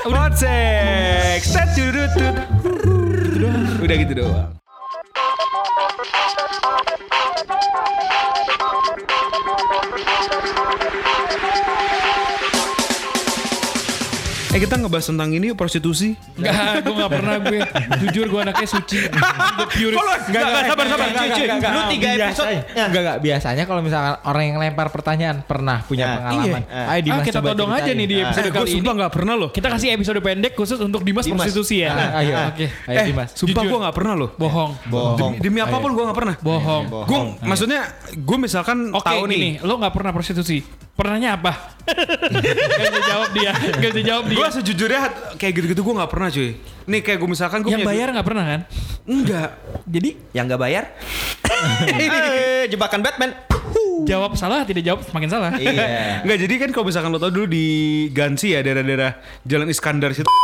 Podsek. Udah gitu doang. Kita ngebahas tentang ini prostitusi. Enggak, gue gak pernah gue. Jujur gue anaknya suci. The purest. Enggak, sabar. Lu 3 episode. Enggak. Biasanya kalau misalkan orang yang lempar pertanyaan pernah punya pengalaman. Ayo Dimas kita todong aja nih di episode kali ini. Gue sumpah gak pernah loh. Kita kasih episode pendek khusus untuk Dimas prostitusi ya. Ayo. Oke. Ayo Dimas. Sumpah gue gak pernah loh. Bohong. Demi apapun gue gak pernah. Bohong. Gue maksudnya gue misalkan tahu nih. Lo gak pernah prostitusi. Pernahnya apa? Gak bisa jawab dia. Gue sejujurnya kayak gitu-gitu gue gak pernah cuy. Nih kayak gue misalkan gue yang bayar gak pernah kan? Enggak. Jadi yang gak bayar jebakan Batman. Jawab salah, tidak jawab semakin salah. Iya. Enggak, jadi kan kalau misalkan lo tau dulu di Gansi ya, daerah-daerah Jalan Iskandar situ.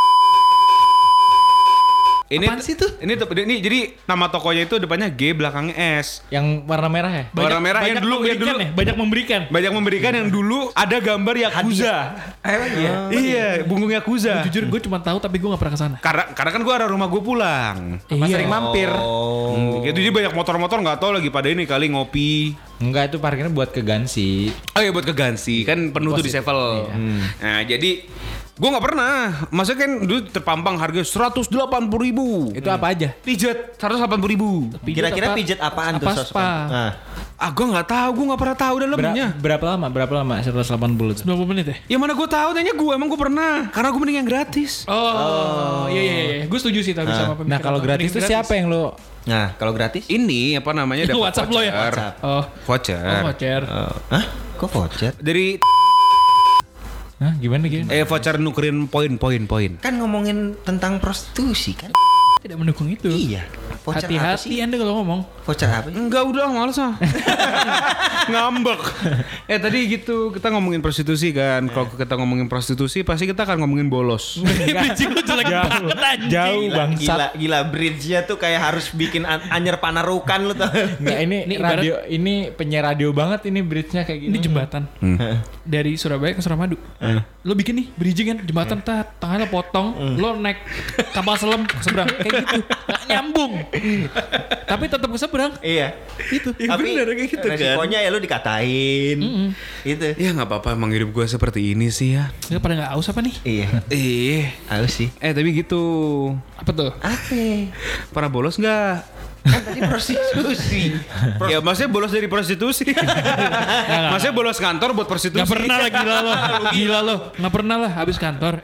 Apaan sih tuh? Ini jadi nama tokonya itu depannya G, belakangnya S. Yang warna merah ya? Warna merah yang dulu banyak memberikan. Banyak memberikan yang dulu ada gambar Yakuza. Iya, punggung Yakuza. Jujur gue cuma tahu tapi gue gak pernah kesana. Karena kan gue arah rumah gue pulang. Sering mampir. Gitu jadi banyak motor-motor nggak tahu lagi pada ini kali ngopi. Enggak, itu parkirnya buat ke Gansi. Oh iya buat ke Gansi kan penuh tuh di Sevel. Nah jadi gue nggak pernah. Maksudnya kan dulu terpampang harga 180.000. Itu apa aja? Pijat 180.000. Kira-kira pijat apaan tuh? Apa spa? Ah gue nggak tahu, gue nggak pernah tahu dalamnya. Berapa lama 180 itu? 90 menit ya? Ya mana gue tahu, tanya gue emang gue pernah. Karena gue mending yang gratis. Oh iya. Gue setuju sih tapi sama pemikiran. Nah kalau gratis itu siapa yang lo? Nah kalau gratis? Ini apa namanya? Itu dapat WhatsApp lo ya? WhatsApp. Voucher. Voucher. Hah? Kok voucher? Dari Hah gimana? voucher nukerin poin. Kan ngomongin tentang prostitusi kan? Tidak mendukung itu. Iya. Voucher apa Hati-hati sih? Anda kalau ngomong. Voucher apa? Enggak udah males ah. Ngambek. Tadi gitu kita ngomongin prostitusi kan. Kalau kita ngomongin prostitusi pasti kita akan ngomongin bolos. Bridging lu jelek banget anjing. Jauh bangsat. Gila bridge-nya tuh kayak harus bikin anyer panarukan lu tuh. Enggak, ini radio, ini penyiar radio banget ini bridge-nya kayak gini. Ini jembatan dari Surabaya ke Suramadu. Lo bikin nih bridging kan jembatan tengahnya potong, lo naik kapal selam ke seberang kayak gitu, nggak nyambung. Tapi tetap ke seberang. Iya. Itu. Tapi bener kayak gitu kan. resikonya ya lu dikatain. Gitu. Ya nggak apa-apa emang hidup gue seperti ini sih ya. Lo pada nggak aus apa nih? Iya. Harus sih. Tapi gitu. Apa tuh? Apa? Pernah bolos nggak? Kan tadi prostitusi. Ya maksudnya bolos dari prostitusi. Maksudnya bolos kantor buat prostitusi. Gak pernah lah gila lo. Gak pernah lah habis kantor.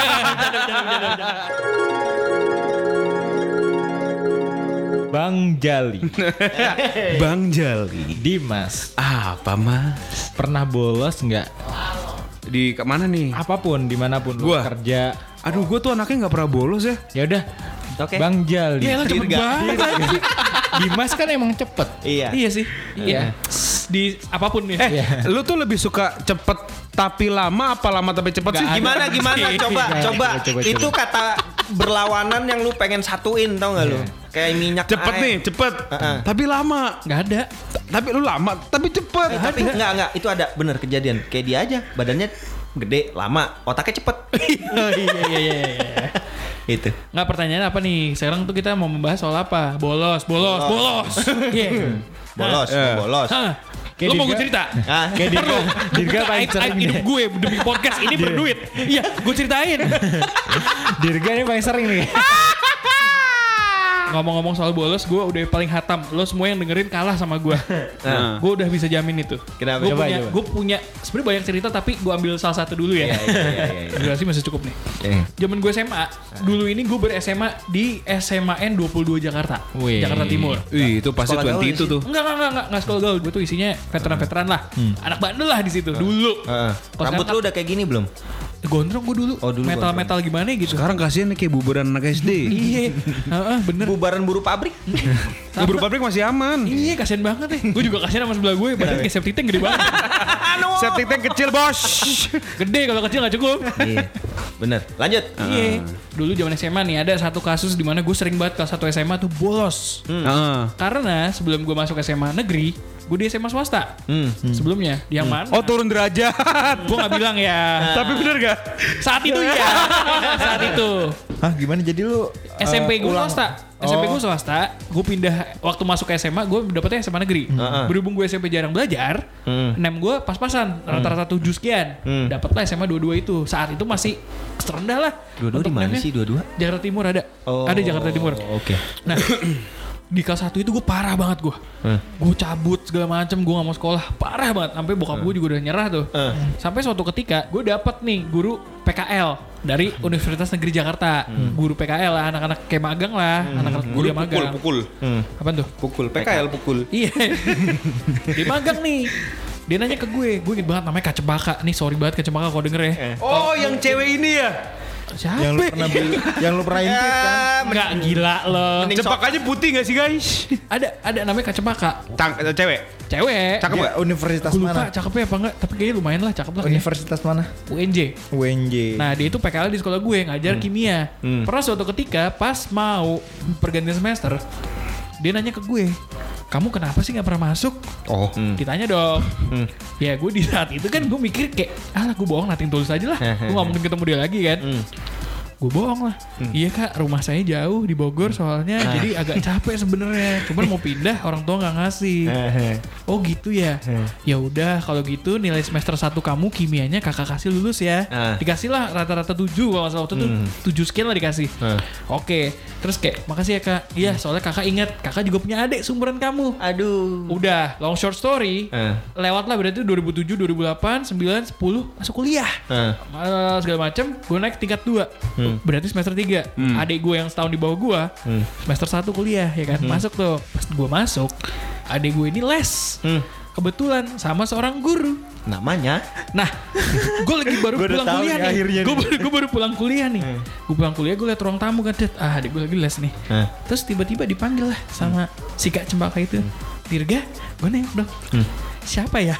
Bang Jali. Bang Jali. Dimas. Apa mas? Pernah bolos nggak? Di mana nih? Apapun, dimanapun lu Gua? kerja. Aduh gue tuh anaknya gak pernah bolos ya. Ya udah. Oke. Bang Jali. Iya lah cepet banget. Dimas kan emang cepet. Iya sih. Iya. Di apapun nih. Lu tuh lebih suka cepet tapi lama apa lama tapi cepet sih? Gimana? Coba. Itu kata berlawanan yang lu pengen satuin tau gak lu? Kayak minyak Cepet air. nih, cepet. Tapi lama. Gak ada. Tapi lu lama, tapi cepet. Tapi enggak itu ada bener kejadian. Kayak dia aja, badannya gede, lama, otaknya cepet. Iya. Itu. Nggak, pertanyaannya apa nih? Sekarang tuh kita mau membahas soal apa? Bolos. Iya. Bolos. Hah? Lo mau gue cerita? Kayak Dirga paling sering hidup nih. gue demi podcast ini berduit. Iya, gue ceritain. Dirga ini paling sering nih. Ngomong-ngomong soal bolos, gue udah paling hatam. Lo semua yang dengerin kalah sama gue. Gue udah bisa jamin itu. Kenapa? Gue punya sebenarnya banyak cerita tapi gue ambil salah satu dulu ya. Iya. Durasi masih cukup nih. Zaman gue SMA, dulu ini gue ber-SMA di SMAN 22 Jakarta. Wih. Jakarta Timur. Itu pasti Sekolah 20 gaul itu sih. tuh. Enggak sekolah gaul. Gue tuh isinya veteran-veteran lah. Anak bandel lah di situ dulu. Rambut lu udah kayak gini belum? Gondrong gue dulu. Oh, dulu Metal-metal gimana gitu. Sekarang kasihan nih kayak bubaran anak SD. Iya. Bener. Bubaran buruh pabrik. Bubur pabrik masih aman. Iya, kasihan banget nih. Gue juga kasihan sama sebelah gue. Badan kayak septic tank gede banget. Septic tank kecil bos. Gede, kalau kecil gak cukup. Iya. Bener. Lanjut. Iya. Dulu zaman SMA nih ada satu kasus di mana gue sering banget kelas 1 SMA tuh bolos. Karena sebelum gue masuk SMA negeri, gue di SMA swasta. Sebelumnya di yang mana? Oh turun derajat. Gue gak bilang ya. Tapi bener gak? Saat itu ya. gitu. Hah, gimana jadi lu SMP gue ulang? swasta. SMP gue swasta, gue pindah waktu masuk ke SMA, gue dapetnya SMA negeri. Berhubung gue SMP jarang belajar, nem gue pas-pasan, rata-rata 7 sekian. Dapatlah SMA 22 itu. Saat itu masih terendah lah. 22 di mana nemnya. sih 22? Jakarta Timur ada. Ada Jakarta Timur. Oke. Nah, di kelas 1 itu gue parah banget gue. Gue cabut segala macem, gue gak mau sekolah. Parah banget. Sampai bokap gue juga udah nyerah tuh. Sampai suatu ketika gue dapet nih guru PKL dari Universitas Negeri Jakarta. Guru PKL lah, anak-anak kayak magang lah. Anak-anak kuliah magang. Pukul. Apaan tuh? Pukul. PKL pukul. Iya. Dia magang nih. Dia nanya ke gue inget banget namanya Kak Cempaka. Nih sorry banget Kak Cempaka kalau denger ya. Oh, yang cewek ini ya? Siapa? Yang lu pernah beli, yang lu pernah intip kan? Enggak gila loh. Cempakanya putih gak sih guys? Ada namanya Kak Cempaka. Cewek? Cewek. Cakep Ya, gak? Universitas Gue lupa mana? cakepnya apa enggak, tapi kayaknya lumayan lah cakep lah kayaknya. Universitas mana? UNJ. UNJ. Nah dia itu PKL di sekolah gue ngajar kimia. Pernah suatu ketika pas mau pergantian semester, dia nanya ke gue, kamu kenapa sih nggak pernah masuk? Oh. Ditanya dong. Ya gue di saat itu kan gue mikir kayak, alah gue bohong nating tulus aja lah. Gue gak mungkin ketemu dia lagi kan. Gue bohong lah. Iya kak, rumah saya jauh di Bogor soalnya, jadi agak capek sebenarnya. Cuman mau pindah orang tua nggak ngasih. Oh gitu ya. Ya udah kalau gitu nilai semester 1 kamu kimianya kakak kasih lulus ya. Dikasih lah rata-rata 7 kalau nggak salah waktu itu 7 sekian lah dikasih. Oke. Terus kayak makasih ya kak. Iya soalnya kakak ingat kakak juga punya adik seumuran kamu. Aduh. Udah long short story. Lewat lah berarti 2007, 2008, 9, 10 masuk kuliah. Segala macam. Gue naik tingkat 2. Berarti semester 3. Adik gue yang setahun di bawah gue semester 1 kuliah ya kan. Masuk tuh. Pas gue masuk, adik gue ini les. Kebetulan sama seorang guru. Namanya? Nah, gue lagi baru Gua udah pulang tahu kuliah nih nih. akhirnya Gue baru pulang kuliah nih. Gue pulang kuliah, gue liat ruang tamu kan. Adik gue lagi les nih. Terus tiba-tiba dipanggil lah sama si Kak Cempaka itu. Dirga, gue nengok dong. Siapa ya?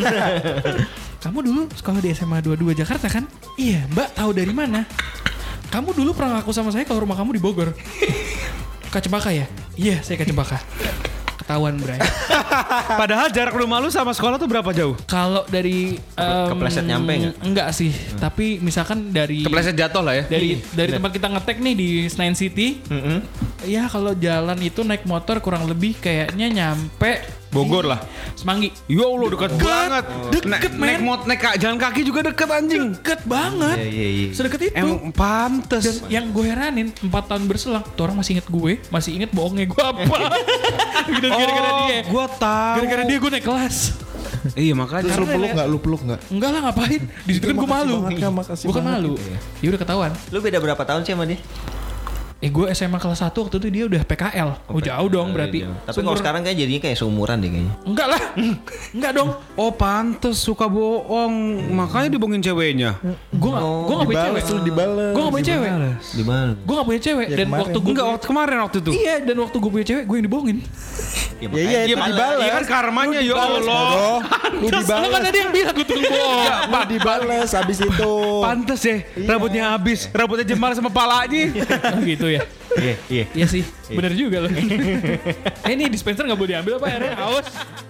Kamu dulu sekolah di SMA 22 Jakarta kan? Iya, Mbak tahu dari mana? Kamu dulu pernah ngaku sama saya kalau rumah kamu di Bogor. Kak Cempaka ya? Iya, saya Kak Cempaka. Ketahuan, Bray. Padahal jarak rumah lu sama sekolah tuh berapa jauh? Kalau dari Kepleset nyampe nggak? Enggak sih, tapi misalkan dari Kepleset jatuh lah ya. dari tempat kita ngetek nih di Senayan City. Ya kalau jalan itu naik motor kurang lebih kayaknya nyampe Bogor lah. Semanggi. Ya Allah dekat banget. Deket, men. Jalan kaki juga deket anjing. Deket banget. Iya. Sedekat itu. Emang pantes. Dan yang gue heranin 4 tahun berselang, tuh orang masih inget gue, masih inget bohongnya gue apa. Gara-gara dia. Gua tahu. Gara-gara dia gue naik kelas. Iya makanya. Terus lu peluk nggak? Enggak lah ngapain? Di situ kan gue malu. Makasih Gue kan banget. malu. Ya udah ketahuan. Lu beda berapa tahun sih sama dia? Gue SMA kelas 1 waktu itu dia udah PKL. Oh jauh dong berarti. Tapi kalau sekarang kayak jadinya kayak seumuran deh kayaknya. Enggak lah. Enggak dong. Oh pantes suka bohong. Makanya dibohongin ceweknya. Gue gak punya cewek. Lu dibales. Gue gak punya cewek. Di mana? Gue gak punya cewek. Ya, Dan kemarin. waktu gue Enggak waktu kemarin waktu itu. Iya, dan waktu gue punya cewek, gue yang dibohongin. Ya iya itu dibales. Iya kan karmanya ya Allah. Lu Terus lo kan dibales. ada yang bilang gue tukang bohong. Lu dibales habis itu. Pantes ya. Rambutnya habis. Rambutnya jemar sama palanya. Oh gitu ya. Iya. Iya sih, bener juga loh. Ini dispenser gak boleh diambil apa airnya? Haus.